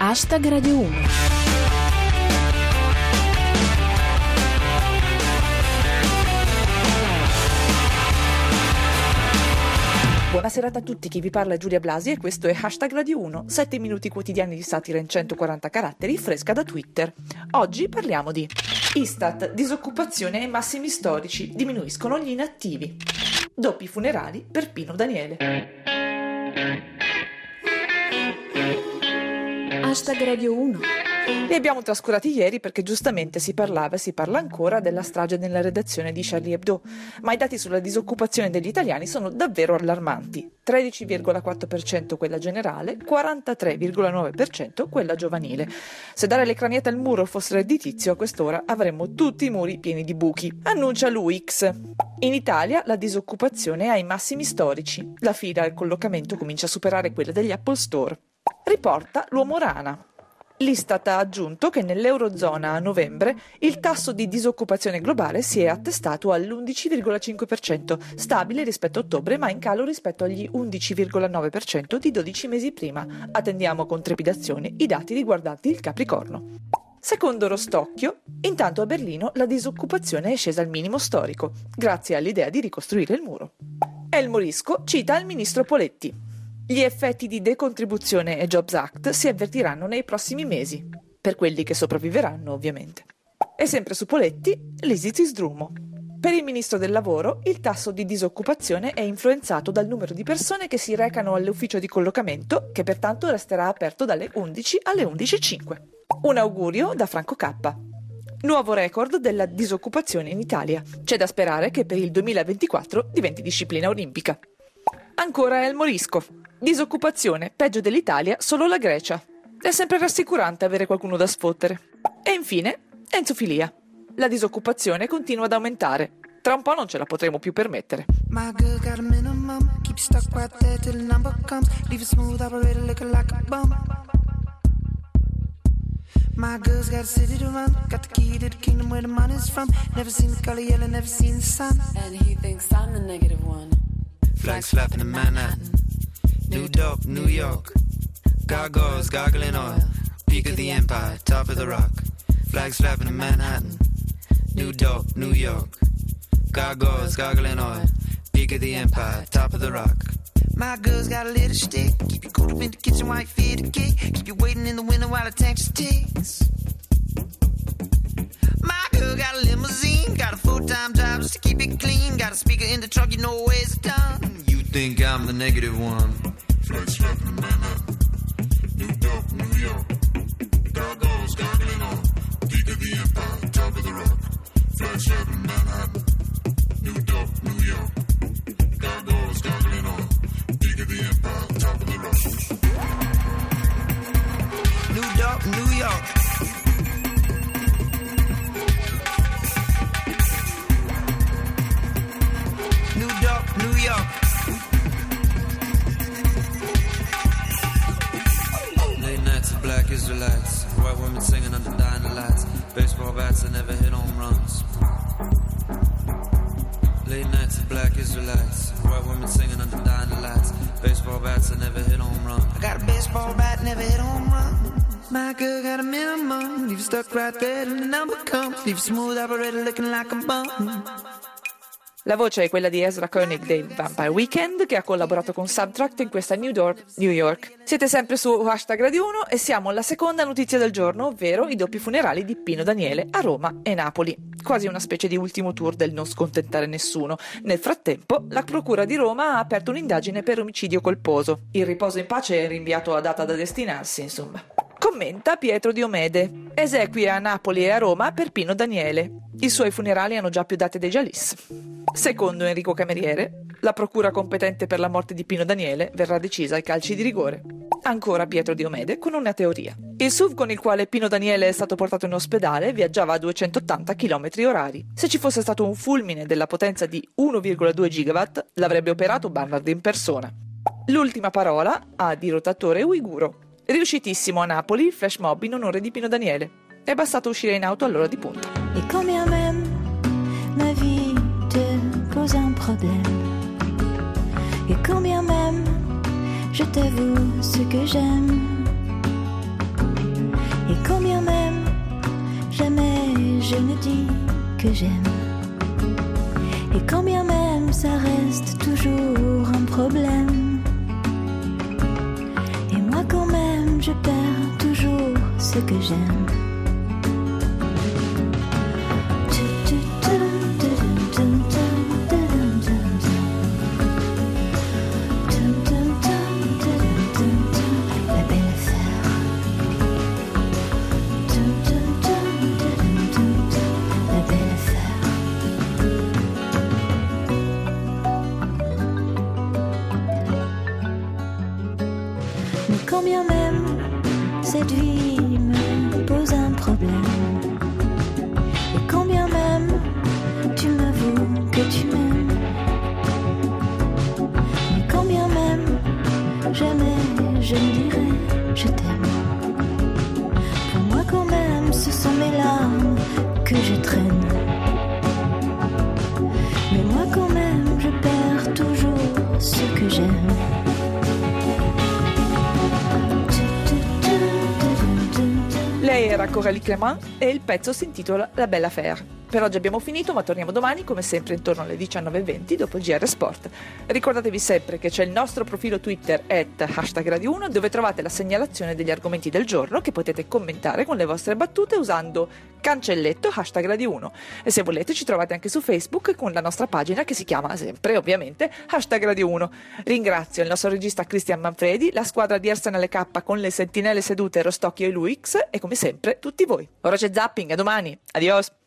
Radio 1. Buona serata a tutti, chi vi parla è Giulia Blasi e questo è Radio 1, 7 minuti quotidiani di satira in 140 caratteri, fresca da Twitter. Oggi parliamo di Istat, disoccupazione ai massimi storici, diminuiscono gli inattivi. Doppi funerali per Pino Daniele. Radio 1. Li abbiamo trascurati ieri perché giustamente si parlava e si parla ancora della strage nella redazione di Charlie Hebdo, ma i dati sulla disoccupazione degli italiani sono davvero allarmanti. 13,4% quella generale, 43,9% quella giovanile. Se dare le craniate al muro fosse redditizio, a quest'ora avremmo tutti i muri pieni di buchi. Annuncia l'UX. In Italia la disoccupazione è ai massimi storici. La fila al collocamento comincia a superare quella degli Apple Store. Riporta l'Uomo Rana. L'Istat ha aggiunto che nell'Eurozona a novembre il tasso di disoccupazione globale si è attestato all'11,5%, stabile rispetto a ottobre ma in calo rispetto agli 11,9% di 12 mesi prima. Attendiamo con trepidazione i dati riguardanti il Capricorno. Secondo Rostocchio, intanto a Berlino la disoccupazione è scesa al minimo storico, grazie all'idea di ricostruire il muro. El Morisco cita il ministro Poletti. Gli effetti di decontribuzione e Jobs Act si avvertiranno nei prossimi mesi, per quelli che sopravviveranno ovviamente. E sempre su Poletti, l'Isis Sdrumo. Per il ministro del lavoro il tasso di disoccupazione è influenzato dal numero di persone che si recano all'ufficio di collocamento, che pertanto resterà aperto dalle 11 alle 11.05. Un augurio da Franco K. Nuovo record della disoccupazione in Italia. C'è da sperare che per il 2024 diventi disciplina olimpica. Ancora El Morisco. Disoccupazione, peggio dell'Italia, solo la Grecia. È sempre rassicurante avere qualcuno da sfottere. E infine, enzofilia. La disoccupazione continua ad aumentare. Tra un po' non ce la potremo più permettere. My girl got a minimum, keep stuck right there till the number comes. Leave it smooth operator looking like a bum. My girl's got a city to run, got the key to the kingdom where the money's from. Never seen the color yellow, never seen the sun. And he thinks I'm the negative one. Flags flapping in Manhattan. New dope, New York. Gargoyles gargling oil. Peak of the empire, top of the rock. Flags flapping in Manhattan. New dope, New York. Gargoyles gargling oil. Peak of the empire, top of the rock. My girl's got a little stick. Keep you cool up in the kitchen while you feed the kid. Keep you waiting in the window while the tank just ticks. My girl got a limousine. Got a full-time job just to keep it clean. Got a speaker in the truck, you know where it's done. You think I'm the negative one. Flags flapping in Manhattan. New dope, New York. Gargoyles gargling on. Peak of the empire, top of the rock. Flags flapping in Manhattan. New dope, New York. Gargoyles gargling on. Peak of the empire, top of the rock. New dope, New York. New dope, New York. Black Israelites, white women singing under dying lights. Baseball bats that never hit home runs. Late nights of black Israelites, white women singing under dying lights. Baseball bats that never hit home run. I got a baseball bat, never hit home run. My girl got a minimum, leave it stuck right there till the number comes. Leave it smooth operator looking like a bum. La voce è quella di Ezra Koenig dei Vampire Weekend, che ha collaborato con Subtract in questa New York. Siete sempre su Radio 1 e siamo alla seconda notizia del giorno, ovvero i doppi funerali di Pino Daniele a Roma e Napoli. Quasi una specie di ultimo tour del non scontentare nessuno. Nel frattempo, la Procura di Roma ha aperto un'indagine per omicidio colposo. Il riposo in pace è rinviato a data da destinarsi, insomma. Commenta Pietro Diomede. Esequie a Napoli e a Roma per Pino Daniele. I suoi funerali hanno già più date dei Jalis. Secondo Enrico Cameriere, la procura competente per la morte di Pino Daniele verrà decisa ai calci di rigore. Ancora Pietro Diomede con una teoria. Il SUV con il quale Pino Daniele è stato portato in ospedale viaggiava a 280 km/h. Se ci fosse stato un fulmine della potenza di 1,2 gigawatt, l'avrebbe operato Barnard in persona. L'ultima parola ha dirottatore uiguro. Riuscitissimo a Napoli il flash mob in onore di Pino Daniele. È bastato uscire in auto all'ora di punta. Et quand bien même ma vie te pose un problème, et quand bien même je t'avoue ce que j'aime, je me dis que j'aime. Et quand bien même ça reste toujours un problème. Et moi quand même je perds toujours ce que j'aime. Quand bien même cette vie me pose un problème, et quand bien même tu m'avoues que tu m'aimes, mais quand bien même jamais je ne dirai je t'aime. Pour moi quand même ce sont mes larmes que je traîne, mais moi quand même je perds toujours ce que j'aime. Lei era Coralie Clément e il pezzo si intitola La Belle Affaire. Per oggi abbiamo finito, ma torniamo domani come sempre intorno alle 19:20 dopo il GR Sport. Ricordatevi sempre che c'è il nostro profilo Twitter @Radio1 dove trovate la segnalazione degli argomenti del giorno che potete commentare con le vostre battute usando cancelletto #Radio1. E se volete ci trovate anche su Facebook con la nostra pagina che si chiama sempre ovviamente #Radio1. Ringrazio il nostro regista Cristian Manfredi, la squadra di Arsenal K con le sentinelle sedute Rostocchio e Luix e come sempre tutti voi. Ora c'è Zapping, a domani, adios!